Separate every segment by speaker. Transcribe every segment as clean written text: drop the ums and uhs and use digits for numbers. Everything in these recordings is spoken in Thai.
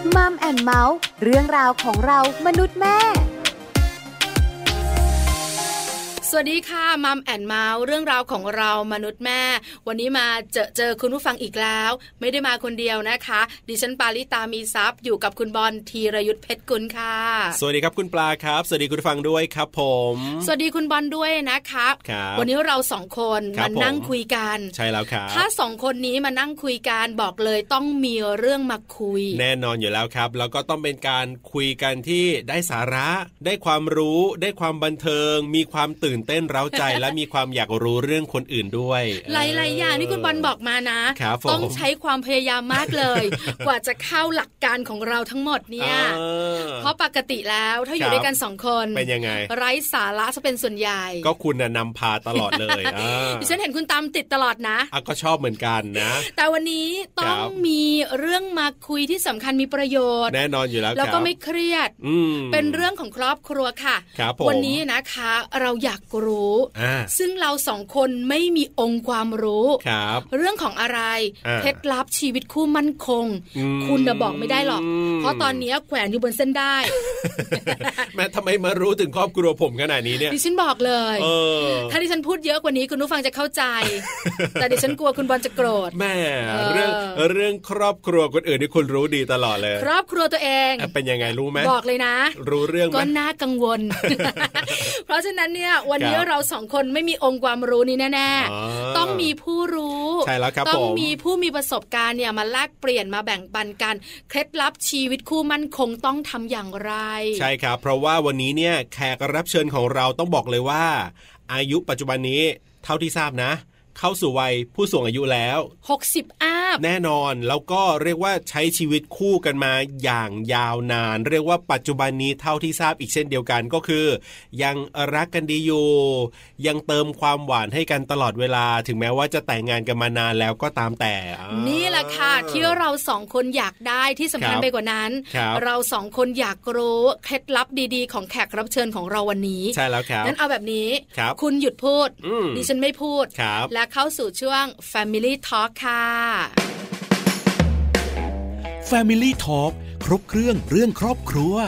Speaker 1: มัมแอนด์เมาส์เรื่องราวของเรามนุษย์แม่
Speaker 2: สวัสดีค่ะมัมแอนเมาส์เรื่องราวของเรามนุษย์แม่วันนี้มาเจอคุณผู้ฟังอีกแล้วไม่ได้มาคนเดียวนะคะดิฉันปาริตามีทรัพย์อยู่กับคุณบอลธีรยุทธเพชรกุลค่ะ
Speaker 3: สวัสดีครับคุณปลาครับสวัสดีคุณผู้ฟังด้วยครับผม
Speaker 2: สวัสดีคุณบอลด้วยนะคะวันนี้เราสองคนมานั่งคุยกัน
Speaker 3: ใช่แล้วครับ
Speaker 2: ถ้าสองคนนี้มานั่งคุยกันบอกเลยต้องมีเรื่องมาคุย
Speaker 3: แน่นอนอยู่แล้วครับแล้วก็ต้องเป็นการคุยกันที่ได้สาระได้ความรู้ได้ความบันเทิงมีความตื่นเต้นเร้าใจและมีความอยากรู้เรื่องคนอื่นด้วย
Speaker 2: หลายๆอย่างที่คุณบอลบอกมานะต้องใช้ความพยายามมากเลย กว่าจะเข้าหลักการของเราทั้งหมดเนี่ยเพราะปกติแล้วถ้าอยู่ด้วยกันสองคน
Speaker 3: เป็นยังไง
Speaker 2: ไร้สาระจะเป็นส่วนใหญ่
Speaker 3: ก็คุณนำพาตลอดเลย
Speaker 2: ดิฉันเห็นคุณตามติดตลอดนะ
Speaker 3: ก็ชอบเหมือนกันนะ
Speaker 2: แต่วันนี้ต้องมีเรื่องมาคุยที่สำคัญมีประโยชน์
Speaker 3: แน่นอนอยู่แล้ว
Speaker 2: แล้วก็ไม่เครียดเป็นเรื่องของครอบครัวค่ะวันนี้นะคะเราอยากรู้ซึ่งเราสองคนไม่มีองค์ความรู้เรื่องของอะไรเคล็ดลับชีวิตคู่มั่นคงคุณจะบอกไม่ได้หรอกเพราะตอนนี้แขวนอยู่บนเส้นได้
Speaker 3: แม่ทำไมมารู้ถึงครอบครัวผมขนาดนี้เนี่ย
Speaker 2: ดิฉันบอกเลยถ้าดิฉันพูดเยอะกว่านี้คุณผู้ฟังจะเข้าใจ แต่ดิฉันกลัวคุณบอลจะโกรธ
Speaker 3: แม่เรื่องครอบครัวคนอื่นนี่คุณรู้ดีตลอดเลย
Speaker 2: ครอบครัวตัวเอง
Speaker 3: เป็นยังไงรู้ไหม
Speaker 2: บอกเลยนะ
Speaker 3: รู้เรื่อง
Speaker 2: ก็น่ากังวล เพราะฉะนั้นเนี่ยวันนี้เราสองคนไม่มีองค์ความรู้นี้แน่ๆต้องมีผู้รู้
Speaker 3: ใช่แล้วครับ
Speaker 2: ต้องมีผู้มีประสบการณ์เนี่ยมาแลกเปลี่ยนมาแบ่งปันกันเคล็ดลับชีวิตคู่มั่นคงต้องทำอย่างไร
Speaker 3: ใช่ครับเพราะว่าวันนี้เนี่ยแขกรับเชิญของเราต้องบอกเลยว่าอายุปัจจุบันนี้เท่าที่ทราบนะเข้าสู่วัยผู้สูงอายุแล้ว
Speaker 2: 60อัพ
Speaker 3: แน่นอนแล้วก็เรียกว่าใช้ชีวิตคู่กันมาอย่างยาวนานเรียกว่าปัจจุบันนี้เท่าที่ทราบอีกเช่นเดียวกันก็คือยังรักกันดีอยู่ยังเติมความหวานให้กันตลอดเวลาถึงแม้ว่าจะแต่งงานกันมานานแล้วก็ตามแต่
Speaker 2: นี่แหละค่ะที่เราสองคนอยากได้ที่สำคัญไปกว่านั้นเราสองคนอยากรู้เคล็ดลับดีๆของแขกรับเชิญของเราวันนี้
Speaker 3: ใช่แล้วครับ
Speaker 2: งั้นเอาแบบนี้คุณหยุดพูดดิฉันไม่พูดและเข้าสู่ช่วง Family Talk ค่ะ
Speaker 4: Family Talk ครบเครื่องเรื่องครอบครัว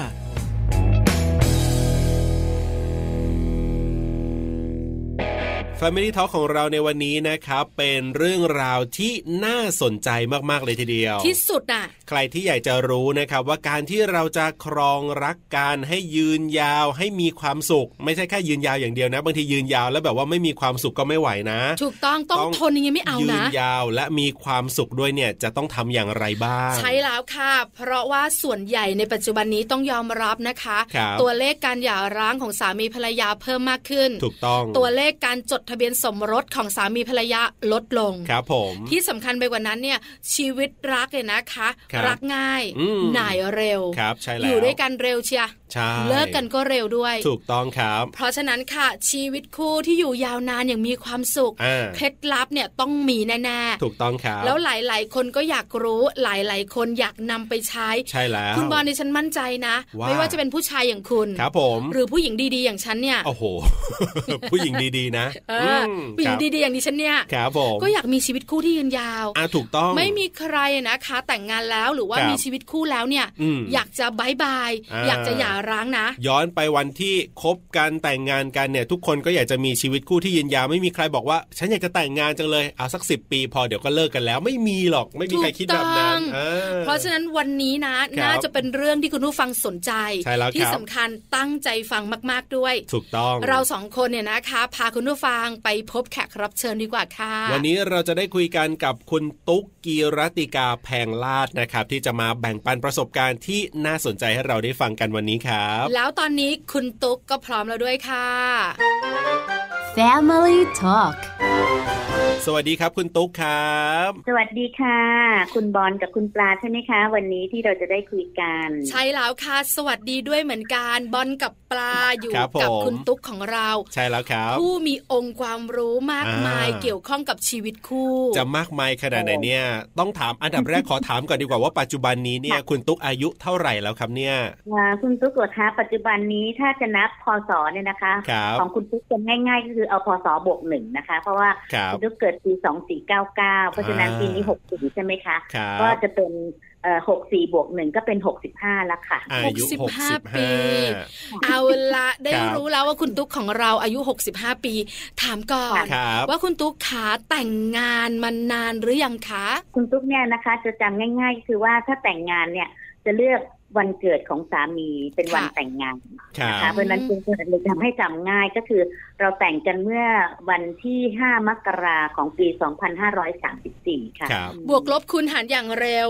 Speaker 3: Family Talk ของเราในวันนี้นะครับเป็นเรื่องราวที่น่าสนใจมากๆเลยทีเดียว
Speaker 2: ที่สุดน่ะ
Speaker 3: ใครที่อยากจะรู้นะครับว่าการที่เราจะครองรักกันให้ยืนยาวให้มีความสุขไม่ใช่แค่ยืนยาวอย่างเดียวนะบางทียืนยาวแล้วแบบว่าไม่มีความสุขก็ไม่ไหวนะ
Speaker 2: ถูกต้องทนอย่างนี้ไม่เอานะ
Speaker 3: ยืนยาวและมีความสุขด้วยเนี่ยจะต้องทำอย่างไรบ้าง
Speaker 2: ใช่แล้วค่ะเพราะว่าส่วนใหญ่ในปัจจุบันนี้ต้องยอมรับนะคะตัวเลขการหย่าร้างของสามีภรรยาเพิ่มมากขึ้น
Speaker 3: ถูกต้อง
Speaker 2: ตัวเลขการจดทะเบียนสมรสของสามีภรรยาลดลง
Speaker 3: ครับผม
Speaker 2: ที่สำคัญไปกว่านั้นเนี่ยชีวิตรักเนี่ยนะคะรักง่ายหน่ายเร็ว
Speaker 3: ครับใช่แล้ว
Speaker 2: อยู่ด้วยกันเร็วเชียเลิกกันก็เร็วด้วย
Speaker 3: ถูกต้องครับ
Speaker 2: เพราะฉะนั้นค่ะชีวิตคู่ที่อยู่ยาวนานอย่างมีความสุขเคล็ดลับเนี่ยต้องมีแน่
Speaker 3: ๆถูกต้องครับ
Speaker 2: แล้วหลายๆคนก็อยากรู้หลายๆคนอยากนำไปใช้
Speaker 3: ใช่แล้ว
Speaker 2: คุณบอลดิฉันมั่นใจนะไม่ว่าจะเป็นผู้ชายอย่างคุณ
Speaker 3: ครับผม
Speaker 2: หรือผู้หญิงดีๆอย่างฉันเนี่ย
Speaker 3: โอ้โห ผู้หญิงดีๆนะ
Speaker 2: ผู้หญิงดีๆอย่างดิฉันเนี่ย
Speaker 3: ครับผม
Speaker 2: ก็อยากมีชีวิตคู่ที่ยืนยาว
Speaker 3: ถูกต้อง
Speaker 2: ไม่มีใครนะคะแต่งงานแล้วหรือว่ามีชีวิตคู่แล้วเนี่ยอยากจะบายบายอยากจะหย่าร้างนะ
Speaker 3: ย้อนไปวันที่คบกันแต่งงานกันเนี่ยทุกคนก็อยากจะมีชีวิตคู่ที่ยืนยาวไม่มีใครบอกว่าฉันอยากจะแต่งงานจังเลยเอาสัก10 ปีพอเดี๋ยวก็เลิกกันแล้วไม่มีหรอกไม่มีใครคิดแบบนั้น
Speaker 2: เพราะฉะนั้นวันนี้นะน่าจะเป็นเรื่องที่คุณผู้ฟังสนใจที่สำคัญตั้งใจฟังมากๆด้วย
Speaker 3: ถูกต้อง
Speaker 2: เราสองคนเนี่ยนะคะพาคุณผู้ฟังไปพบแขกรับเชิญดีกว่าค่ะ
Speaker 3: วันนี้เราจะได้คุยกันกับคุณตุ๊กกีรติกาแพงลาดนะครับที่จะมาแบ่งปันประสบการณ์ที่น่าสนใจให้เราได้ฟังกันวันนี้ครับ
Speaker 2: แล้วตอนนี้คุณตุ๊กก็พร้อมแล้วด้วยค่ะ
Speaker 1: Family Talk
Speaker 3: สวัสดีครับคุณตุ๊กครับ
Speaker 5: สวัสดีค่ะคุณบอลกับคุณปลาใช่ไหมคะวันนี้ที่เราจะได้คุยกัน
Speaker 2: ใช่แล้วค่ะสวัสดีด้วยเหมือนกันบอลกับปลาอยู่กับคุณตุ๊กของเรา
Speaker 3: ใช่แล้วครับ
Speaker 2: ผู้มีองค์ความรู้มากมายเกี่ยวข้องกับชีวิตคู่
Speaker 3: จะมากมายขนาดไหนเนี่ยต้องถามอันดับแรกขอถามก่อนดีกว่าว่าปัจจุบันนี้เนี่ยคุณตุ๊กอายุเท่าไหร่แล้วครับเนี่ย
Speaker 5: คุณตุ๊กเหรอคะปัจจุบันนี้ถ้าจะนับพศเนี่ยนะคะของคุณตุ๊กจะง่ายๆก็คือเอาพศบวก1นะคะเพราะว่าคุณตุ๊กเกิดปี2499เพราะฉะนั้นปีนี้64ใช่ไหมคะก็จะเป็น 64+1ก็เป็น65แล้วค่ะ
Speaker 3: อายุ65 ปี
Speaker 2: เอาละได้รู้แล้วว่าคุณตุ๊กของเราอายุ65 ปีถามก่อนว่าคุณตุ๊กขาแต่งงานมานานหรือยังคะ
Speaker 5: คุณตุ๊กเนี่ยนะคะจะจำง่ายๆคือว่าถ้าแต่งงานเนี่ยจะเลือกวันเกิดของสามีเป็นวันแต่งงานนะคะเพราะนั้นจึงเลยทำให้จำง่ายก็คือเราแต่งกันเมื่อวันที่5 มกราคมของปี 2534ค่ะ
Speaker 2: บวกลบคูณหารอย่างเร็ว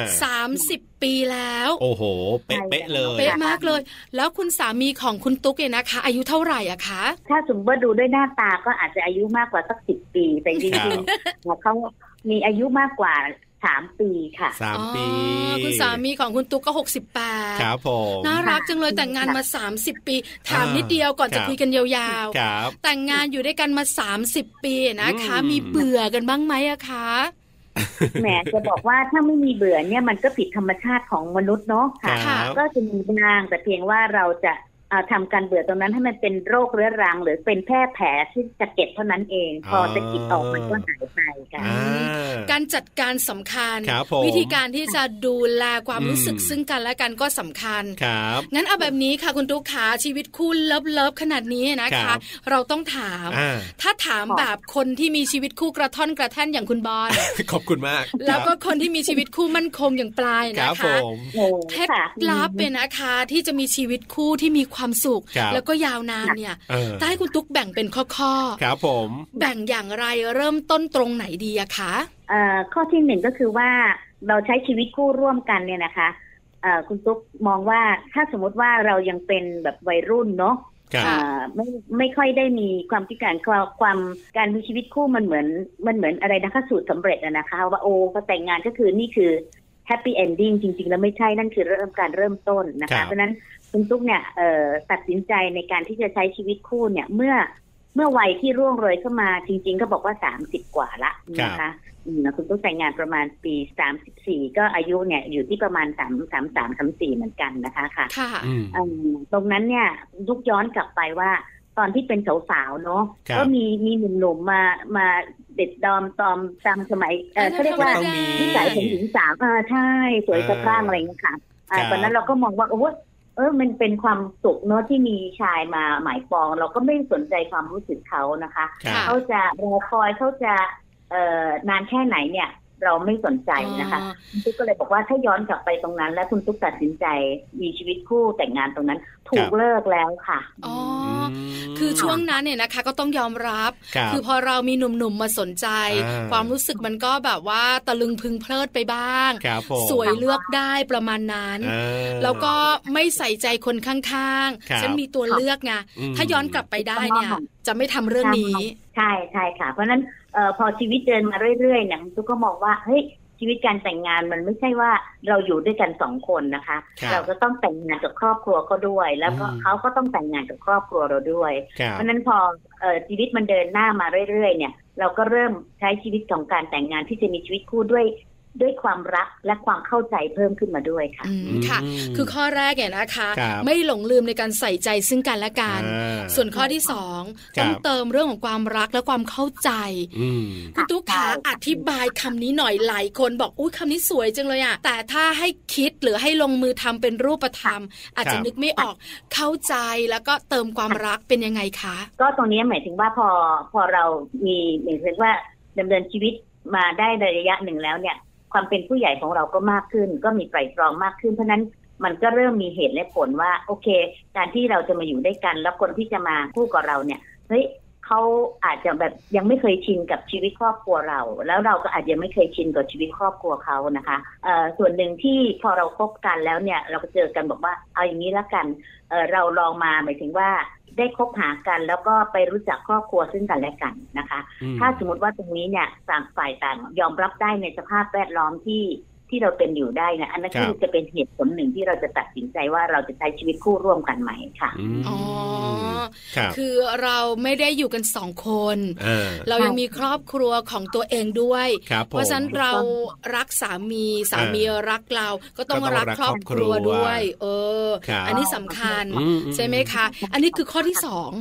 Speaker 2: 30 ปีแล้ว
Speaker 3: โอ้โหเป๊ะเลย
Speaker 2: เป๊ะมากเลยแล้วคุณสามีของคุณตุ๊กเนี่ยนะคะอายุเท่าไหร่อะคะ
Speaker 5: ถ้าสมมติว่าดูด้วยหน้าตาก็อาจจะอายุมากกว่าสัก10 ปีแต่จริงๆเขามีอายุมากกว่า3 ปีค่ะ
Speaker 3: 3 ปี
Speaker 2: คุณสามีของคุณตุ๊กก็68
Speaker 3: ครับผม
Speaker 2: น่ารักจังเลยแต่งงานมา30 ปีถามนิดเดียวก่อนจะคุยกันยาวๆแต่งงานอยู่ด้วยกันมา30 ปีนะคะมีเบื่อกันบ้างไหมอะคะ
Speaker 5: แหมจะบอกว่าถ้าไม่มีเบื่อเนี่ยมันก็ผิดธรรมชาติของมนุษย์เนาะค่ะก็จะมีบ้างแต่เพียงว่าเราจะทำการเบื่อตรงนั้นให้มันเป็นโรคเรื้อรังหรือเป็นแผลที่จะเก็บเท่านั้นเองพอจะกินออกมันก็หายไปค่ะ
Speaker 2: การจัดการสำคัญวิธีการที่จะดูแลความรู้สึกซึ่งกันและกันก็สำคัญงั้นเอาแบบนี้ค่ะคุณตุ๊กขาชีวิตคู่เลิฟขนาดนี้นะคะเราต้องถามถ้าถามแบบคนที่มีชีวิตคู่กระท่อนกระแท่นอย่างคุณบอล
Speaker 3: ขอบคุณมาก
Speaker 2: แล้วก็คนที่มีชีวิตคู่มั่นคงอย่างปลายนะคะเคล็ดลับเป็นนะคะที่จะมีชีวิตคู่ที่มีความสุขแล้วก็ยาวนานเนี่ยถ้าให้คุณตุ๊กแบ่งเป็นข้อ
Speaker 3: ครับผม
Speaker 2: แบ่งอย่างไรเริ่มต้นตรงไหนดีอะคะ
Speaker 5: ข้อที่1ก็คือว่าเราใช้ชีวิตคู่ร่วมกันเนี่ยนะคะคุณตุ๊กมองว่าถ้าสมมติว่าเรายังเป็นแบบวัยรุ่นเนาะไม่ค่อยได้มีความคิดการมีชีวิตคู่มันเหมือนอะไรนะคะสูตรสำเร็จนะคะว่าโอ้พอแต่งงานก็คือนี่คือแฮปปี้เอนดิ้งจริงๆแล้วไม่ใช่นั่นคือการเริ่มต้นนะคะเพราะนั้นคุณตุ๊กเนี่ยตัดสินใจในการที่จะใช้ชีวิตคู่เนี่ยเมื่อวัยที่ร่วงเลยเข้ามาจริงๆก็บอกว่า30 กว่าละนะคะคุณตุ๊กแต่งงานประมาณปี34ก็อายุเนี่ยอยู่ที่ประมาณ33-34เหมือนกันนะคะค่ะตรงนั้นเนี่ยตุ๊กย้อนกลับไปว่าตอนที่เป็นสาวๆเนาะก็มีหนุ่มๆมาเด็ดดอมตอมตามสมัยเขาเรียกว่านิสัยของหญิงสาวใช่สวยสะพรั่งอะไรอย่างเงี้ยค่ะตอนนั้นเราก็มองว่ามันเป็นความสุขเนาะที่มีชายมาหมายปองเราก็ไม่สนใจความรู้สึกเขานะคะเขาจะรอคอยเขาจะนานแค่ไหนเนี่ยเราไม่สนใจนะคะคุณตุ๊กก็เลยบอกว่าถ้าย้อนกลับไปตรงนั้นแล้วคุณตุ๊กตัดสินใจมีชีวิตคู่แต่งงานตรงนั้นถูกเลิกแล้วค่ะ
Speaker 2: คือช่วงนั้นเนี่ยนะคะก็ต้องยอมรับคือพอเรามีหนุ่มๆมาสนใจความรู้สึกมันก็แบบว่าตะลึงพึงเพลิดไปบ้างสวยเลือกได้ประมาณนั้นแล้วก็ไม่ใส่ใจคนข้างๆฉันมีตัวเลือกไงถ้าย้อนกลับไปได้เนี่ยจะไม่ทำเรื่องนี้
Speaker 5: ใช่ใช่ค่ะเพราะนั้นพอชีวิตเดินมาเรื่อยๆเนี่ยทุกก็มองว่าเฮ้ยชีวิตการแต่งงานมันไม่ใช่ว่าเราอยู่ด้วยกัน2 คนนะคะเราก็ต้องแต่งงานกับครอบครัวเขาด้วยแล้วก็เขาก็ต้องแต่งงานกับครอบครัวเราด้วยเพราะนั้นพอชีวิตมันเดินหน้ามาเรื่อยๆเนี่ยเราก็เริ่มใช้ชีวิตของการแต่งงานที่จะมีชีวิตคู่ด้วยความรักและความเข้าใจเพิ่มขึ้นมาด้วยค่ะ
Speaker 2: ค่ะคือข้อแรกเนี่ยนะคะไม่หลงลืมในการใส่ใจซึ่งกันและกันส่วนข้อที่2ต้องเติมเรื่องของความรักและความเข้าใจคุณตุ๊กขาอธิบายคำนี้หน่อยหลายคนบอกอุ๊ยคำนี้สวยจังเลยอ่ะแต่ถ้าให้คิดหรือให้ลงมือทำเป็นรูปธรรมอาจจะนึกไม่ออกเข้าใจแล้วก็เติมความรักเป็นยังไงคะ
Speaker 5: ก็ตรงนี้หมายถึงว่าพอเรามีหมายถึงว่าดำเนินชีวิตมาได้ระยะหนึ่งแล้วเนี่ยความเป็นผู้ใหญ่ของเราก็มากขึ้นก็มีไตร่ตรองมากขึ้นเพราะนั้นมันก็เริ่มมีเหตุและผลว่าโอเคการที่เราจะมาอยู่ด้วยกันแล้วคนที่จะมาคู่กับเราเนี่ยเฮ้ยเขาอาจจะแบบยังไม่เคยชินกับชีวิตครอบครัวเราแล้วเราก็อาจจะไม่เคยชินกับชีวิตครอบครัวเขานะคะส่วนหนึ่งที่พอเราคบกันแล้วเนี่ยเราก็เจอกันบอกว่าเอาอย่างนี้ละกันเราลองมาหมายถึงว่าได้คบหากันแล้วก็ไปรู้จักครอบครัวซึ่งกันและกันนะคะถ้าสมมติว่าตรงนี้เนี่ยต่างฝ่ายต่างยอมรับได้ในสภาพแวดล้อมที่เราเป็นอยู่ได้นะอันนั้นคือจะเป็นเหตุผลหนึ่งที่เราจะตัดสินใจว่าเราจะใช้ชีวิตคู่ร่วมกันไหมค่ะ
Speaker 2: คือเราไม่ได้อยู่กัน2 คนเรายังมีครอบครัวของตัวเองด้วยเพราะฉะนั้นเรารักสามีรักเราก็ต้องรักครอบครัวด้วยอันนี้สำคัญใช่ไหมคะอันนี้คือข้อที่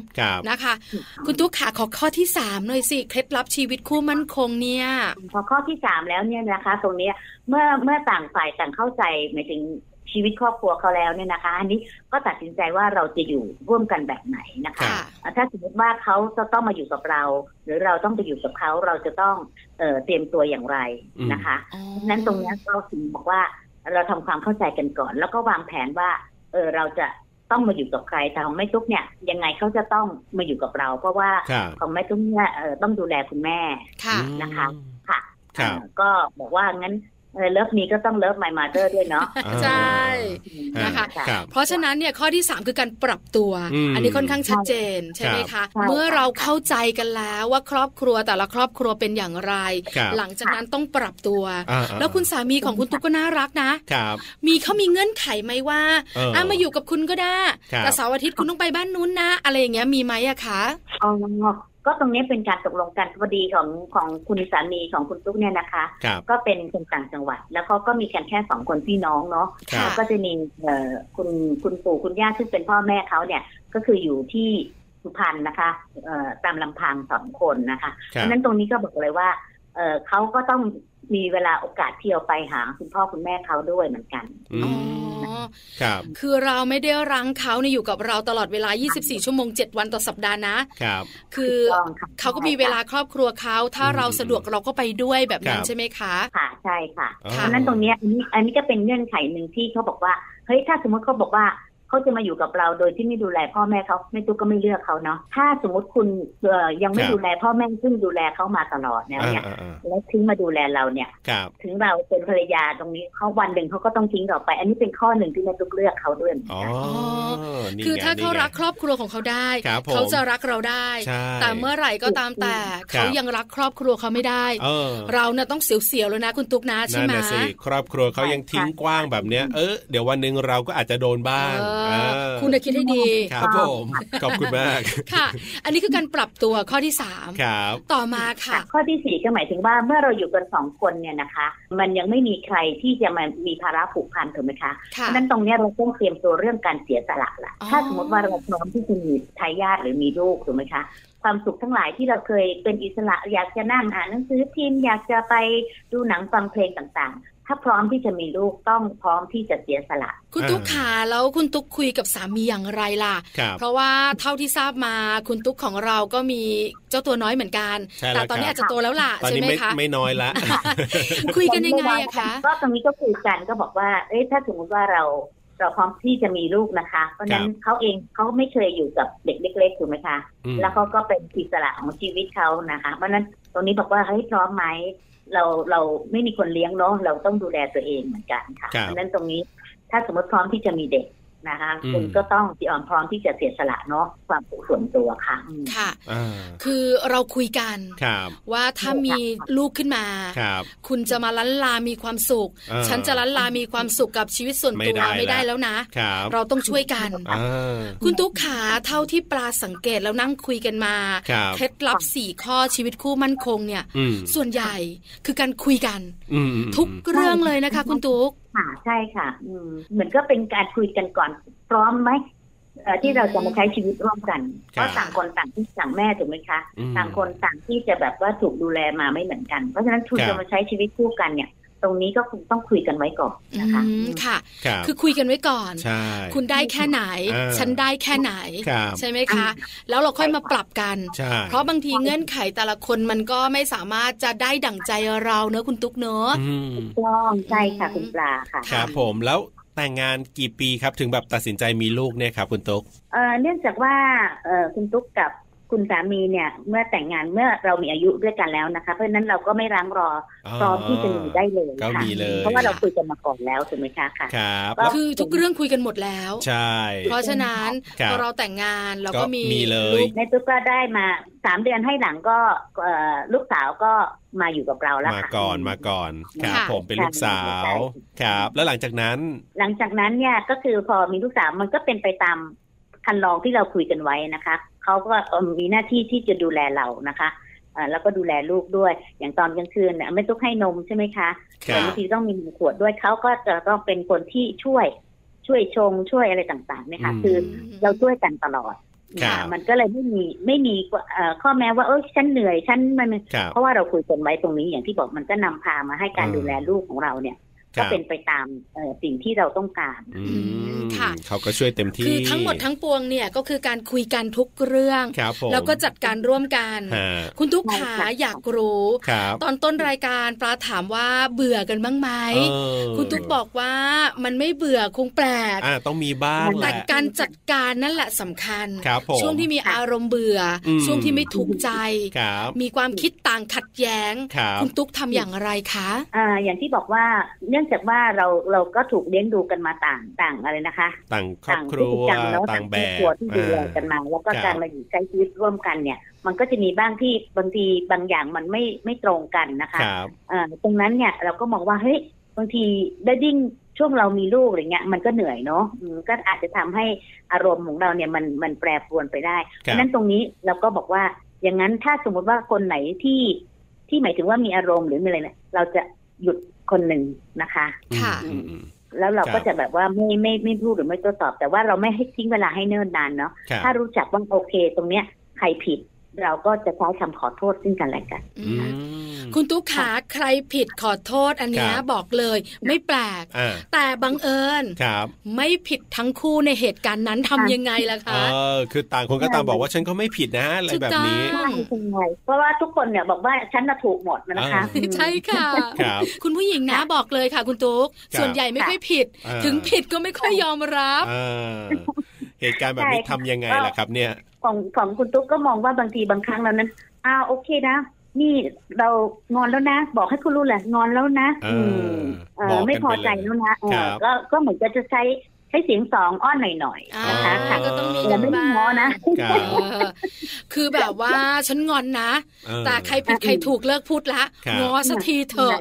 Speaker 2: 2นะคะคุณตุ๊กขาขอข้อที่3หน่อยสิเคล็ดลับชีวิตคู่มั่นคงเนี่ย
Speaker 5: พอข้อที่3แล้วเนี่ยนะคะตรงนี้เมื่อต่างฝ่ายต่างเข้าใจหมายถึงชีวิตครอบครัวเขาแล้วเนี่ยนะคะอันนี้ก็ตัดสินใจว่าเราจะอยู่ร่วมกันแบบไหนนะคะถ้าสมมติว่าเขาจะต้องมาอยู่กับเราหรือเราต้องไปอยู่กับเขาเราจะต้องเตรียมตัวอย่างไรนะคะนั้นตรงนี้เราถึงบอกว่าเราทำความเข้าใจกันก่อนแล้วก็วางแผนว่าเราจะต้องมาอยู่กับใครแต่ของแม่ตุ๊กเนี่ยยังไงเขาจะต้องมาอยู่กับเราเพราะว่าของแม่ตุ๊กเนี่ยต้องดูแลคุณแม่นะคะค่ะก็บอกว่างั้นเลิฟมีก็ต้องเลิฟ my mother ด้วยเนาะ
Speaker 2: ใช่นะคะเพราะฉะนั้นเนี่ยข้อที่3คือการปรับตัวอันนี้ค่อนข้างชัดเจนใช่ไหมคะเมื่อเราเข้าใจกันแล้วว่าครอบครัวแต่ละครอบครัวเป็นอย่างไรหลังจากนั้นต้องปรับตัวแล้วคุณสามีของคุณตุ๊กก็น่ารักนะเขามีเงื่อนไขไหมว่ามาอยู่กับคุณก็ได้แต่เสาร์อาทิตย์คุณต้องไปบ้านนู้นนะอะไรอย่างเงี้ยมีไหมอะคะ
Speaker 5: ก็ตรงนี้เป็นการตกลงกันพอดีของคุณสามีของคุณตุ๊กเนี่ยนะคะก็เป็นคนต่างจังหวัดแล้วเขาก็มีกันแค่2คนพี่น้องเนาะก็จะมีคุณปู่คุณย่าซึ่งเป็นพ่อแม่เขาเนี่ยก็คืออยู่ที่สุพรรณนะคะตามลำพัง2คนนะคะเพราะนั้นตรงนี้ก็บอกเลยว่าเขาก็ต้องมีเวลาโอกาสเที่ยวไปหาคุณพ่อคุณแม่เขาด้วยเหมือนกัน
Speaker 2: คือเราไม่ได้รั้งเขาอยู่กับเราตลอดเวลา24ชั่วโมง7วันต่อสัปดาห์นะครับคือเขาก็มีเวลาครอบครัวเขาถ้าเราสะดวกเราก็ไปด้วยแบบนั้นใช่ไหมคะ
Speaker 5: ค่ะใช่ค่ะเพราะนั้นตรงนี้อันนี้ก็เป็นเงื่อนไขนึงที่เขาบอกว่าเฮ้ยถ้าสมมติเขาบอกว่าเขาจะมาอยู่กับเราโดยที่ไม่ดูแลพ่อแม่เขาแม่ตุ๊กก็ไม่เลือกเขาเนาะถ้าสมมติคุณยังไม่ดูแลพ่อแม่ซึ่งดูแลเขามาตลอดเนี่ยแล้วทิ้งมาดูแลเราเนี่ยถึงเราเป็นภรรยาตรงนี้เขาวันหนึ่งเขาก็ต้องทิ้งเราไปอันนี้เป็นข้อหนึ่งที่แม่ตุ๊กเลือกเขาด้วย
Speaker 2: คือถ้าเขารักครอบครัวของเขาได้เขาจะรักเราได้แต่เมื่อไหร่ก็ตามแต่เขายังรักครอบครัวเขาไม่ได้เราเนี่ยต้องเสียวๆแล้วนะคุณตุ๊กนะใช่ไหม
Speaker 3: ครอบครัวเขายังทิ้งกว้างแบบเนี้ยเดี๋ยววันนึงเราก็อาจจะโดนบ้าง
Speaker 2: คุณคิดให้ดี
Speaker 3: ครับผมขอบคุณมาก
Speaker 2: ค่ะอันนี้คือการปรับตัวข้อที่3ครับต่อมาค่ะ
Speaker 5: ข้อที่4ก็หมายถึงว่าเมื่อเราอยู่กัน2คนเนี่ยนะคะมันยังไม่มีใครที่จะมามีภาระผูกพันถูกไหมคะเพราะนั้นตรงนี้เราต้องเตรียมตัวเรื่องการเสียสละละถ้าสมมติว่าเราพร้อมที่จะมีทายาทหรือมีลูกถูกไหมคะความสุขทั้งหลายที่เราเคยเป็นอิสระอยากจะนั่งอ่านหนังสือพิมพ์อยากจะไปดูหนังฟังเพลงต่างๆถ้าพร้อมที่จะมีลูกต้องพร้อมที่จะเสียสละ
Speaker 2: คุณตุ๊กขาแล้วคุณตุ๊กคุยกับสามีอย่างไรล่ะเพราะว่าเท่าที่ทราบมาคุณตุ๊กของเราก็มีเจ้าตัวน้อยเหมือนกันแต่ตอนนี้อาจจะโตแล้วล่ะใช่ไหมคะ
Speaker 3: ไม่น้อยละ
Speaker 2: คุยกันยังไงอะคะ
Speaker 5: ก็ตรงนี้ก็คุยกันก็บอกว่าถ้าสมมติว่าเราพร้อมที่จะมีลูกนะคะเพราะนั้นเขาเองเขาไม่เคยอยู่กับเด็กเล็กๆถูกไหมคะแล้วเขาก็เป็นอิสระของชีวิตเขานะคะเพราะนั้นตรงนี้บอกว่าเฮ้ยพร้อมไหมเราไม่มีคนเลี้ยงเนาะเราต้องดูแลตัวเองเหมือนกันค่ะเพราะนั้นตรงนี้ถ้าสมมติพร้อมที่จะมีเด็กนะคะคุณก็ต้องพร้อมที่จะเสียสละเนาะความส่วนตัวค่ะ
Speaker 2: ค่ะคือเราคุยกันว่าถ้ามีลูกขึ้นมาคุณจะมาล้านลามีความสุขฉันจะล้านลามีความสุขกับชีวิตส่วนตัวไม่ได้แล้วนะเราต้องช่วยกันคุณตุ๊กขาเท่าที่ปลาสังเกตแล้วนั่งคุยกันมาเคล็ดลับ4ข้อชีวิตคู่มั่นคงเนี่ยส่วนใหญ่คือการคุยกันทุกเรื่องเลยนะคะคุณตุ๊ก
Speaker 5: ค่ะใช่ค่ะเหมือนก็เป็นการคุยกันก่อนพร้อมไหมที่เราจะมาใช้ชีวิตร่วมกันเพราะต่างคนต่างที่ต่างแม่ถูกไหมคะต่างคนต่างที่จะแบบว่าถูกดูแลมาไม่เหมือนกันเพราะฉะนั้นคุณจะมาใช้ชีวิตคู่กันเนี่ยตรงนี้ก็คงต้องคุยกันไว้ก่อนนะคะ
Speaker 2: ค่ะคือคุยกันไว้ก่อนคุณได้แค่ไหนฉันได้แค่ไหนใช่ไหมคะแล้วเราค่อยมาปรับกันเพราะบางทีเงื่อนไขแต่ละคนมันก็ไม่สามารถจะได้ดั่งใจเราเนอะคุณตุ๊กเนอะ
Speaker 5: ต้องใช่ค่ะคุณปลาค่ะ
Speaker 3: ครับผมแล้วแต่งงานกี่ปีครับถึงแบบตัดสินใจมีลูกเนี่ยครับคุณตุ๊ก
Speaker 5: เนื่องจากว่าคุณตุ๊กกับคุณสามีเนี่ยเมื่อแต่งงานเมื่อเรามีอายุด้วยกันแล้วนะคะเพราะฉะนั้นเราก็ไม่รั้งรอพร้อมที่จะมีได้เลยค่ะเพราะว่าเราคุยกันมาก่อนแล้วถูกไหมคะค่ะ
Speaker 3: ครับ
Speaker 2: คือทุกเรื่องคุยกันหมดแล้ว
Speaker 3: ใช่
Speaker 2: เพราะฉะนั้นพอเราแต่งงานเราก็มี
Speaker 3: ลูก
Speaker 5: ในตุ๊กก็ได้มา3เดือนให้หลังก็ลูกสาวก็มาอยู่กับเราแล้วค่ะ
Speaker 3: มาก่อนครับผมเป็นลูกสาวครับแล้วหลังจากนั้น
Speaker 5: เนี่ยก็คือพอมีลูกสาวมันก็เป็นไปตามคันลองที่เราคุยกันไว้นะคะเขาก็มีหน้าที่ที่จะดูแลเรานะคะแล้วก็ดูแลลูกด้วยอย่างตอนกลางคืนเนี่ยไม่ต้องให้นมใช่ไหมคะบางทีต้องมีขวดด้วยเขาก็จะต้องเป็นคนที่ช่วยชงช่วยอะไรต่างๆเนี่ยค่ะคือเราช่วยกันตลอดมันก็เลยไม่มีข้อแม้ว่าฉันเหนื่อยฉันมันเพราะว่าเราคุยกันไว้ตรงนี้อย่างที่บอกมันก็นำพามาให้การดูแลลูกของเราเนี่ยก็เป็นไปตามสิ่งที่เราต้องการ
Speaker 2: ค่ะ
Speaker 3: เขาก็ช่วยเต็มที่
Speaker 2: คือทั้งหมดทั้งปวงเนี่ยก็คือการคุยกันทุกเรื่องแล้วก็จัดการร่วมกันคุณทุกขาอยากรู้ตอนต้นรายการปลาถามว่าเบื่อกันบ้างไหมคุณทุกบอกว่ามันไม่เบื่อคงแปลก
Speaker 3: ต้องมีบ้าง
Speaker 2: แต่การจัดการนั่นแหละสำคัญช่วงที่มีอารมณ์เบื่อช่วงที่ไม่ถูกใจมีความคิดต่างขัดแย้งคุณทุกทำอย่างไรคะ
Speaker 5: อย่างที่บอกว่าเนื่องจากว่าเราก็ถูกเลี้ยงดูกันมาต่างอะไรนะคะ
Speaker 3: ต่างครอบครัวต่างแบบ
Speaker 5: ที่ดูแลกันมาแล้วก็การมาอยู่ใช้ชีวิตร่วมกันเนี่ยมันก็จะมีบ้างที่บางทีบางอย่างมันไม่ตรงกันนะคะตรงนั้นเนี่ยเราก็มองว่าเฮ้ยบางทีได้ดิ้งช่วงเรามีลูกอะไรเงี้ยมันก็เหนื่อยเนาะก็อาจจะทำให้อารมณ์ของเราเนี่ยมันแปรปรวนไปได้เพราะนั้นตรงนี้เราก็บอกว่าอย่างนั้นถ้าสมมติว่าคนไหนที่หมายถึงว่ามีอารมณ์หรือมีอะไรเนี่ยเราจะหยุดคนหนึ่งนะคะ
Speaker 2: ค่ะ
Speaker 5: แล้วเราก็จะแบบว่าไม่พูดหรือไม่โต้ตอบแต่ว่าเราไม่ให้ทิ้งเวลาให้เนิ่นนานเนาะถ้ารู้จักว่าโอเคตรงเนี้ยใครผิดเราก็จะใช้คำขอโทษซึ่งกันและกัน
Speaker 2: คุณตุ๊กขาใครผิดขอโทษอันนี้บอกเลยไม่แปลกแต่บังเอิญไม่ผิดทั้งคู่ในเหตุการณ์นั้นทำยังไงล่ะคะ
Speaker 3: คือต่างคนก็ต่างบอกว่าฉันก็ไม่ผิดนะอะไรแบบนี้
Speaker 5: เพราะว่าทุกคนเนี่ยบอกว่าฉันน่ะถูกหมดนะคะ
Speaker 2: ใช่ค่ะคุณผู้หญิงนะบอกเลยค่ะคุณตุ๊กส่วนใหญ่ไม่ค่อยผิดถึงผิดก็ไม่ค่อยยอมรับ
Speaker 3: เหตุการณ์แบบนี้ทำยังไงล่ะครับเนี่ย
Speaker 5: ของคุณตุ๊กก็มองว่าบางทีบางครั้งเรานั้นโอเคนะนี่เรางอนแล้วนะบอกให้คุณรู้แหละงอนแล้วนะไม่พอใจแล้วนะก็เหมือนจะใช้เสียงสองอ้อนหน่อยๆนะคะ
Speaker 2: ก็ต้องมี
Speaker 5: แต่ไม่ได้ง้อนะ
Speaker 2: คือแบบว่าฉันงอนนะแต่ใครผิดใครถูกเลิกพูดละง้อสักทีเถอะ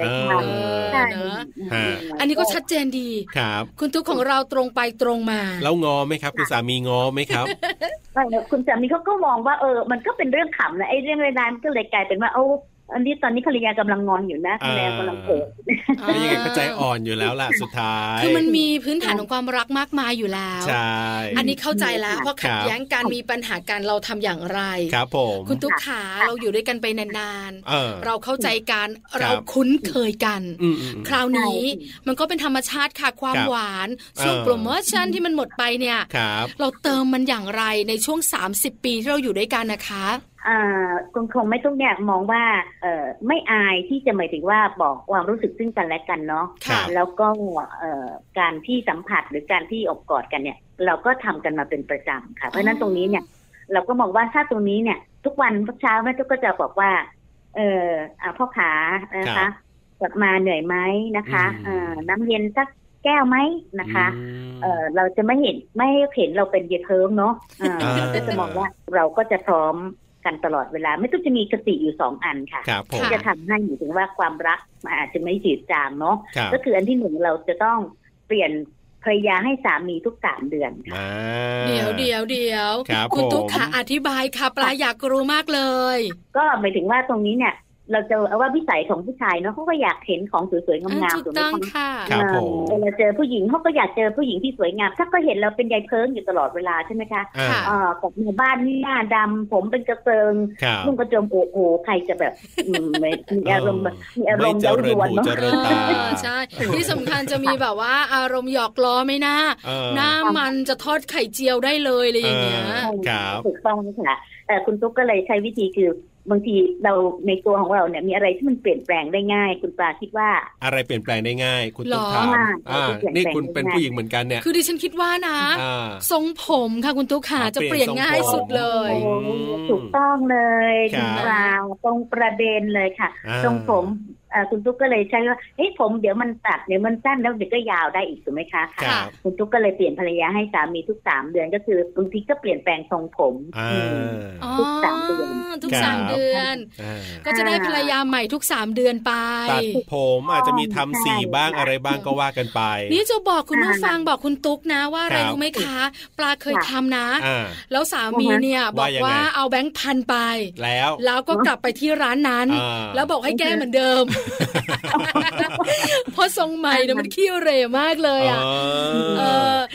Speaker 2: อันนี้ก็ชัดเจนดีคุณตุ๊กของเราตรงไปตรงมา
Speaker 3: แล้วงอไหมครับคุณสามีงอไหมครับ
Speaker 5: คุณสามีเขาก็มองว่ามันก็เป็นเรื่องขำนะไอ้เรื่องรายๆมันก็เลยกลายเป็นว่าอันนี้ตอนนี้ภรรยากำลังงอนอยู่นะภรรยากำลังโกรธ
Speaker 3: ไม่ยังไงก็ใจอ่อนอยู่แล้วล่ะสุดท้าย
Speaker 2: คือมันมีพื้นฐานของความรักมากมายอยู่แล้ว
Speaker 3: ใช่
Speaker 2: อันนี้เข้าใจแล้วเพราะขัดแย้งการมีปัญหากันเราทำอย่างไร
Speaker 3: ครับผม
Speaker 2: คุณตุ๊กขาเราอยู่ด้วยกันไปนานๆเราเข้าใจกันเราคุ้นเคยกันคราวนี้มันก็เป็นธรรมชาติค่ะความหวานช่วงโปรโมชั่นที่มันหมดไปเนี่ยเราเติมมันอย่างไรในช่วง30 ปีที่เราอยู่ด้วยกันนะคะ
Speaker 5: คงไม่ต้องเนี่ยมองว่าไม่อายที่จะหมายถึงว่าบอกความรู้สึกซึ่งกันและกันเนาะแล้วก็การที่สัมผัสหรือการที่อบกอดกันเนี่ยเราก็ทำกันมาเป็นประจำค่ะเพราะฉะนั้นตรงนี้เนี่ยเราก็มองว่าถ้าตรงนี้เนี่ยทุกวันเช้าแม่ตุ๊กก็จะบอกว่าพ่อขานะคะกลับมาเหนื่อยไหมนะคะน้ำเย็นสักแก้วไหมนะคะเราจะไม่เห็นเราเป็นเยเคิร์มเนาะก็จะมองว่าเราก็จะพร้อมกันตลอดเวลาไม่ต้องจะมีคติอยู่2 อันค่ะที่จะทำให้ถึงว่าความรักอาจจะไม่จืดจางเนาะก็คืออันที่1เราจะต้องเปลี่ยนภรรยาให้สามีทุก3 เดือนค่ะ
Speaker 2: เดี๋ยวคุณตุ๊กค่ะอธิบายค่ะปลาอยากรู้มากเลย
Speaker 5: ก็หมายถึงว่าตรงนี้เนี่ยเราจะเอาว่าวิสัยของผู้ชายเนาะเขาก็อยากเห็นของสวยๆงามๆ
Speaker 2: ถูกต้องค่ะ
Speaker 5: เราเจอผู้หญิงเขาก็อยากเจอผู้หญิงที่สวยงามถ้าก็เห็นเราเป็นยายเพิงอยู่ตลอดเวลาใช่ไหมคะกับในบ้านนี่หน้าดำผมเป็นกระเซิงนุ่งกระโจมโอ้โหใครจะแบบมีอารมณ์เย้ายวนเนาะ
Speaker 2: ใช่ที่สำคัญจะมีแบบว่าอารมณ์หยอกล้อไม่น่าหน้ามันจะทอดไข่เจียวได้เลยอะไรอย่างเงี้ย
Speaker 5: ถูกต้องค่ะคุณตุ๊กก็เลยใช้วิธีคือบางทีเราในตัวของเราเนี่ยมีอะไรที่มันเปลี่ยนแปลงได้ง่ายคุณปลาคิดว่า
Speaker 3: อะไรเปลี่ยนแปลงได้ง่ายคุณตุ๊กถามนี่คุณเป็นผู้หญิงเหมือนกันเนี่ย
Speaker 2: คือดิฉันคิดว่านะทรงผมค่ะคุณตุ๊กขาจะเปลี่ยนง่ายสุดเลย
Speaker 5: ถูกต้องเลยคุณปลาตรงประเด็นเลยค่ะทรงผมคุณตุ๊กก็เลยใช้ว่าผมเดี๋ยวมันตัดเดี๋ยวมันสั้นแล้วเดี๋ยวก็ยาวได้อีกถูกไหมคะคุณตุ๊กก็เลยเปลี่ยนภรรยาให้สามีทุก3 เดือนก็คือบางทีก็เปลี่ยนแปลงทรงผมทุก3 เดือน
Speaker 2: ทุก3 เดือนก็จะได้ภรรยาใหม่ทุก3 เดือนไป
Speaker 3: ตัดผมอาจจะมีทำสีบ้างอะไรบ้างก็ว่ากันไป
Speaker 2: นี่จะบอกคุณผู้ฟังบอกคุณตุ๊กนะว่าอะไรรู้ไหมคะปลาเคยทำนะแล้วสามีเนี่ยบอกว่าเอาแบงค์1,000ไปแล้วก็กลับไปที่ร้านนั้นแล้วบอกให้แก้เหมือนเดิมเพราะทรงใหม่เนี่ยมันขี้เหร่มากเลย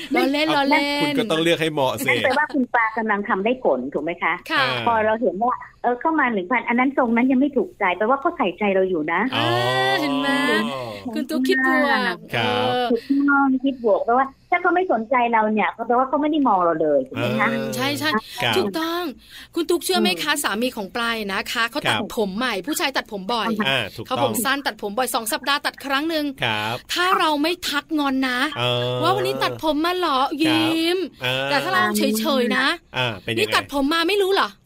Speaker 2: ล้อเล่น
Speaker 3: คุณก็ต้องเลือกให้เหมาะสิ
Speaker 5: แปลว่าคุณปลากำลังทำได้ผลถูกไหมคะพอเราเห็นว่าเข้ามา 1,000 อันนั้นทรงนั้นยังไม่ถูกใจแปลว่าเขาใส่ใจเราอยู่นะ
Speaker 2: เห็นไหมคุณตุ๊กคิดบวก
Speaker 5: คิดบวกเพราะว่าถ้าเขาไม่สนใจเราเนี่ยก็แปลว่าเขาไม่ได้มองเราเลยถูกไหมคะ
Speaker 2: ใช่ใช่ถูกต้องคุณตุ๊กเชื่อไหมคะสามีของปลายนะคะเขาตัดผมใหม่ผู้ชายตัดผมบ่อยเขาผมสั้นตัดผมบ่อย2 สัปดาห์ตัดครั้งนึงถ้าเราไม่ทักงอนนะว่าวันนี้ตัดผมมาเหรอยิ้มแต่ถ้าเราเฉยๆนะนี่ตัดผมมาไม่รู้เหรอ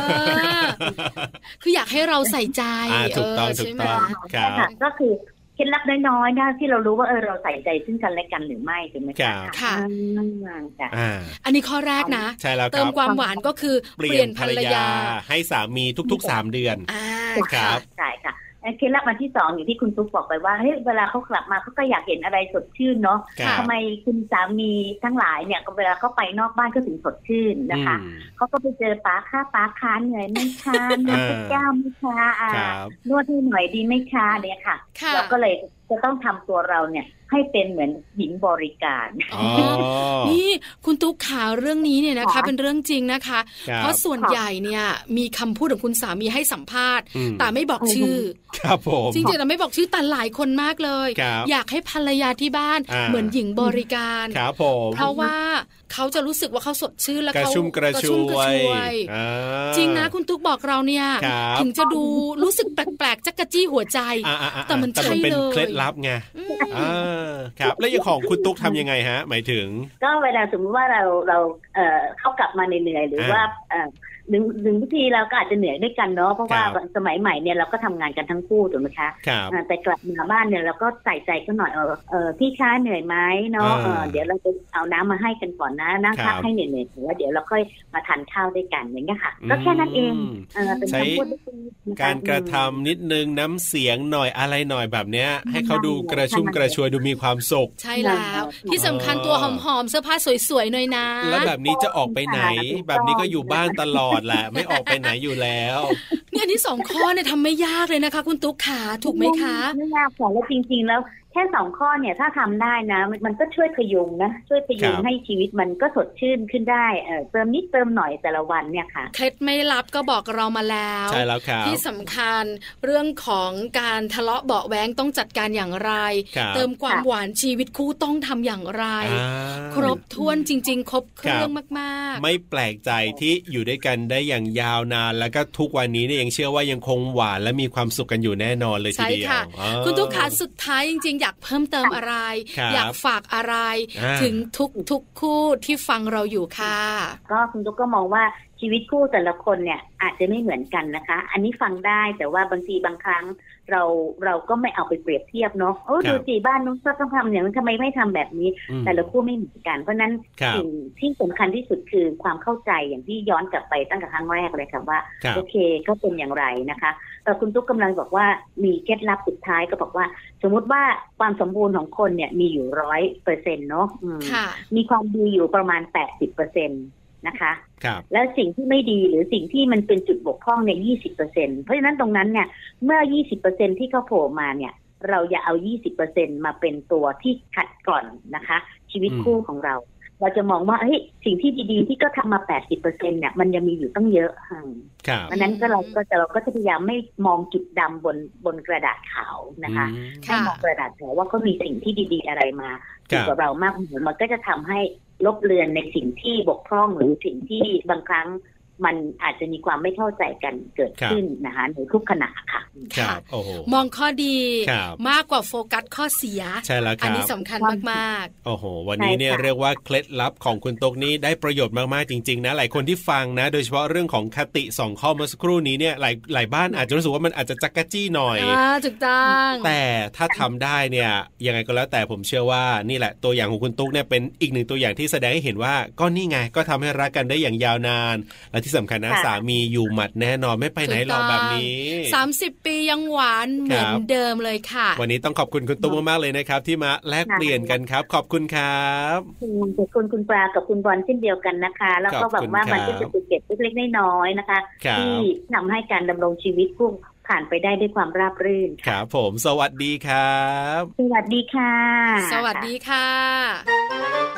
Speaker 2: คืออยากให้เราใส่ใจ
Speaker 3: ถูกต้องถูกต้อง
Speaker 5: ก็คือเคล็ดลับน้อยๆนะที่เรารู้ว่าเราใส่ใจซึ่งกันและกันหรือไม่ถูกไหมคะ
Speaker 2: ค่ะอันนี้ข้อแรกนะเติมความหวานก็คือเปลี่ยนภรรยา
Speaker 3: ให้สามีทุกๆ3 เดือน
Speaker 5: ครับใช่ค่ะเคล็ดลับอันที่2อย่างที่คุณตุ๊กบอกไปว่าเฮ้ยเวลาเขากลับมาเขาก็อยากเห็นอะไรสดชื่นเนาะทำไมคุณสามีทั้งหลายเนี่ยเวลาเขาไปนอกบ้านก็ถึงสดชื่นนะคะเขาก็ไปเจอป้าค้าเหนื่อยไหมคะนวดแก้วไหมคะนวดให้หน่อยดีไหมคะเนี่ยค่ะเราก็เลยจะต้องทำตัวเราเนี่ยให้เป็นเหมือนหญิงบริการ
Speaker 2: นี่คุณตุ๊กขาเรื่องนี้เนี่ยนะคะเป็นเรื่องจริงนะคะเพราะส่วนใหญ่เนี่ยมีคำพูดของคุณสามีให้สัมภาษณ์แต่ไม่บอกชื่อ
Speaker 3: ครับผม
Speaker 2: จริงๆเราไม่บอกชื่อแต่หลายคนมากเลยอยากให้ภรรยาที่บ้านเหมือนหญิงบริการ
Speaker 3: ครับผม
Speaker 2: เพราะว่าเขาจะรู้สึกว่าเขาสดชื่นและเขา
Speaker 3: กระชุ่มกระชวย
Speaker 2: จริงนะคุณตุ๊กบอกเราเนี่ยถึงจะดูรู้สึกแปลกๆจักกะจี้หัวใจแต่มันใช่เลย
Speaker 3: เป็นเคล็ดลับไงครับแล้วอย่างของคุณตุ๊กทำยังไงฮะหมายถึง
Speaker 5: ก็เวลาสมมติว่าเราเข้ากลับมาเหนื่อยหรือว่าหนึ่งวิธีเราก็อาจจะเหนื่อยด้วยกันเนาะเพราะว่าสมัยใหม่เนี่ยเราก็ทำงานกันทั้งคู่ถูกไหมคะแต่กลับมาบ้านเนี่ยเราก็ใส่ใจก็หน่อยพี่ค้าเหนื่อยไหมเนาะเดี๋ยวเราจะเอาน้ำมาให้กันก่อนนะนั่งพักให้เหนื่อยๆแล้วเดี๋ยวเราค่อยมาทานข้าวด้วยกันอย่างเงี้ยค่ะก็แค่นั้นเอง
Speaker 3: เป็นคำพูดการกระทำนิดนึงน้ำเสียงหน่อยอะไรหน่อยแบบเนี้ยให้เขาดูกระชุ่มกระชวยดูมีความสุข
Speaker 2: ใช่แล้วที่สำคัญตัวหอมๆเสื้อผ้าสวยๆหน่อยนะ
Speaker 3: แล้วแบบนี้จะออกไปไหนแบบนี้ก็อยู่บ้านตลอดแหละไม่ออกไปไหนอยู่แล้ว
Speaker 2: เนี่ยที่2 ข้อเนี่ยทำไม่ยากเลยนะคะคุณตุ๊กขาถูกไหมคะ
Speaker 5: ไม่ยากค่ะแล้วจริงๆแล้วแค่2 ข้อเนี่ยถ้าทำได้นะมันก็ช่วยพยุงนะช่วยพยุงให้ชีวิตมันก็สดชื่นขึ้นได้เติมนิดเติมหน่อยแต่ละวันเนี่ยค่ะ
Speaker 2: เคล็ดไม่ลับก็บอกเรามาแล้ว
Speaker 3: ใช่แล้วครับ
Speaker 2: ที่สำคัญเรื่องของการทะเลาะเบาะแว้งต้องจัดการอย่างไรเติมความหวานชีวิตคู่ต้องทำอย่างไรครบถ้วนจริงๆครบเครื่องมาก
Speaker 3: ๆไม่แปลกใจที่อยู่ด้วยกันได้อย่างยาวนานแล้วก็ทุกวันนี้เนี่ยยังเชื่อว่ายังคงหวานและมีความสุขกันอยู่แน่นอนเลยทีเดียว
Speaker 2: คุณตุ๊กขาสุดท้ายจริงอยากเพิ่มเติมอะไรอยากฝากอะไรถึงทุกคู่ที่ฟังเราอยู่ค่ะ
Speaker 5: ก็คุณตุ๊กก็มองว่าชีวิตคู่แต่ละคนเนี่ยอาจจะไม่เหมือนกันนะคะอันนี้ฟังได้แต่ว่าบางทีบางครั้งเราก็ไม่เอาไปเปรียบเทียบเนาะดูสิบ้านนู้นก็ต้องทำอย่างนั้นทำไมไม่ทำแบบนี้แต่ละคู่ไม่เหมือนกันเพราะนั้นสิ่งที่สำคัญที่สุดคือความเข้าใจอย่างที่ย้อนกลับไปตั้งแต่ครั้งแรกเลยค่ะว่าโอเคก็เป็นอย่างไรนะคะแต่คุณตุ๊กกำลังบอกว่ามีเคล็ดลับสุดท้ายก็บอกว่าสมมติว่าความสมบูรณ์ของคนเนี่ยมีอยู่ 100% เนาะมีความดีอยู่ประมาณ 80%นะคะแล้วสิ่งที่ไม่ดีหรือสิ่งที่มันเป็นจุดบกพร่องเนี่ย 20% เพราะฉะนั้นตรงนั้นเนี่ยเมื่อ 20% ที่เขาโผล่มาเนี่ยเราอย่าเอา 20% มาเป็นตัวที่ขัดก่อนนะคะชีวิตคู่ของเราจะมองว่าเฮ้ยสิ่งที่ดีๆที่ก็ทำมา 80% เนี่ยมันยังมีอยู่ตั้งเยอะเพราะนั้นก็เราก็จะพยายามไม่มองจุดดำบนกระดาษขาวนะคะให้มองกระดาษขาวว่าก็มีสิ่งที่ดีๆอะไรมาอยู่กับเรามากมันก็จะทำให้ลบเลือนในสิ่งที่บกพร่องหรือสิ่งที่บางครั้งมันอาจจะมีความไม่เข้าใจกันเกิดขึ้นนะคะในทุกขณะค่ะ
Speaker 2: มองข้อดีมากกว่าโฟกัสข้อเสีย
Speaker 3: ใช่แล้วครับ
Speaker 2: อันนี้สำคัญมาก
Speaker 3: ๆโอ้โหวันนี้เนี่ยเรียกว่าเคล็ดลับของคุณตุ๊กนี้ได้ประโยชน์มากๆจริงๆนะหลายคนที่ฟังนะโดยเฉพาะเรื่องของคติ2ข้อเมื่อสักครู่นี้เนี่ยหลายบ้านอาจจะรู้สึกว่ามันอาจจะจักกะจี้หน่อย
Speaker 2: ถูกต้อง
Speaker 3: แต่ถ้าทำได้เนี่ยยังไงก็แล้วแต่ผมเชื่อว่านี่แหละตัวอย่างของคุณตุ๊กเนี่ยเป็นอีกหนึ่งตัวอย่างที่แสดงให้เห็นว่าก็นี่ไงก็ทำให้รักกันได้อย่างยาวนานและที่สำคัญนะสามีอยู่หมัดแน่นอนไม่ไปไหนหรอกแบบนี้
Speaker 2: 30 ปียังหวานเหมือนเดิมเลยค่ะ
Speaker 3: วันนี้ต้องขอบคุณคุณตุ๊กมากๆเลยนะครับที่มาแลกเปลี่ยนกันครับขอบคุณครับ
Speaker 5: ขอบคุณคุณปลากับคุณบอลเช่นเดียวกันนะคะแล้วก็แบบว่ามันก็จะเก็บเล็กๆน้อยๆนะคะที่ทำให้การดำรงชีวิตคู่ผ่านไปได้ด้วยความราบรื่น
Speaker 3: ครับผมสวัสดีครับ
Speaker 5: สวัสดีค่ะ
Speaker 2: สวัสดีค่ะ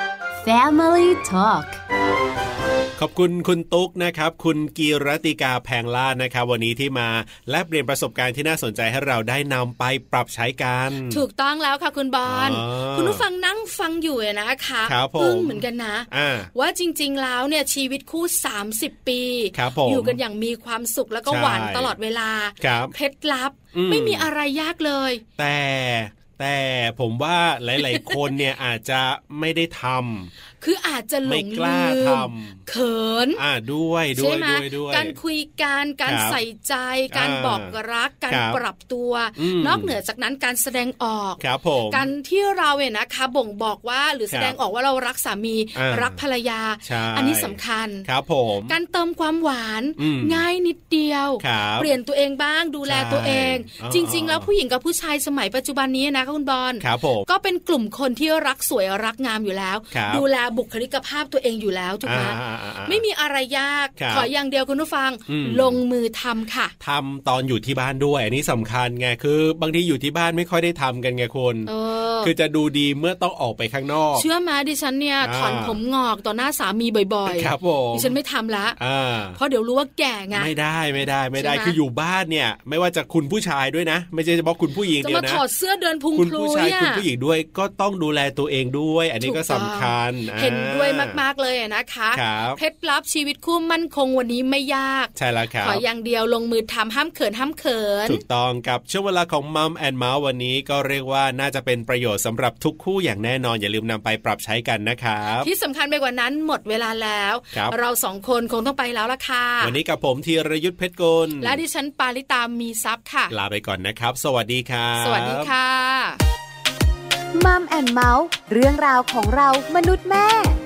Speaker 1: Family Talk
Speaker 3: ขอบคุณคุณตุ๊กนะครับคุณกีรติกาแพงล่านะครับวันนี้ที่มาแลกเปลี่ยนประสบการณ์ที่น่าสนใจให้เราได้นำไปปรับใช้กัน
Speaker 2: ถูกต้องแล้วค่ะคุณบอลคุณผู้ฟังนั่งฟังอยู่นะคะอึ้งเหมือนกันนะว่าจริงๆแล้วเนี่ยชีวิตคู่30ปีอยู่กันอย่างมีความสุขแล้วก็หวานตลอดเวลาเคล็ดลับไม่มีอะไรยากเลย
Speaker 3: แต่ผมว่าหลายๆคนเนี่ยอาจจะไม่ได้ทำ
Speaker 2: คืออาจจะหลงลืมเขิน
Speaker 3: ด้วย
Speaker 2: การคุยกันการใส่ใจการบอกรักการปรับตัวนอกเหนือจากนั้นการแสดงออกการที่เราเนี่ยนะคะบ่งบอกว่าหรือแสดงออกว่าเรารักสามีรักภรรยาอันนี้สำคัญการเติมความหวานง่ายนิดเดียวเปลี่ยนตัวเองบ้างดูแลตัวเองจริงๆแล้วผู้หญิงกับผู้ชายสมัยปัจจุบันนี้นะคะคุณบอลก็เป็นกลุ่มคนที่รักสวยรักงามอยู่แล้วดูแลบุคลิกภาพตัวเองอยู่แล้วถูกไหมไม่มีอะไรยากขออย่างเดียวคุณผู้ฟังลงมือทำค่ะ
Speaker 3: ทำตอนอยู่ที่บ้านด้วยอันนี้สำคัญไงคือบางทีอยู่ที่บ้านไม่ค่อยได้ทำกันไงคุณคือจะดูดีเมื่อต้องออกไปข้างนอก
Speaker 2: เชื่อไหมดิฉันเนี่ยถอนผมงอกต่อหน้าสามีบ่อยๆดิฉันไม่ทำละเพราะเดี๋ยวรู้ว่าแก่ไง
Speaker 3: ไม่ได้คืออยู่บ้านเนี่ยไม่ว่าจะคุณผู้ชายด้วยนะไม่ใช่เฉพาะคุณผู้หญิงเดียวนะ
Speaker 2: จะมาถอดเสื้อเดินพุงพลุย
Speaker 3: คุณผู้ชายคุณผู้หญิงด้วยก็ต้องดูแลตัวเองด้วยอันนี้ก็สำคัญ
Speaker 2: เห็นด้วยมากๆเลยนะคะเคล็ดลับชีวิตคู่มั่นคงวันนี้ไม่ยาก
Speaker 3: ใช่แล้วครับ
Speaker 2: ขออย่างเดียวลงมือทำห้ามเขิน
Speaker 3: ถูกต้องกับช่วงเวลาของมัมแอนด์เมาส์วันนี้ก็เรียกว่าน่าจะเป็นประโยชน์สำหรับทุกคู่อย่างแน่นอนอย่าลืมนำไปปรับใช้กันนะครับ
Speaker 2: ที่สำคัญไปกว่านั้นหมดเวลาแล้วเรา2คนคงต้องไปแล้วล่ะค่ะ
Speaker 3: วันนี้กับผมธีรยุทธเพชรกุล
Speaker 2: และดิฉันปาริตามีทรัพย์ค่ะ
Speaker 3: ลาไปก่อนนะครับสวัสดีครับ
Speaker 2: สวัสดีค่ะ
Speaker 1: มัมแอนด์เมาส์เรื่องราวของเรามนุษย์แม่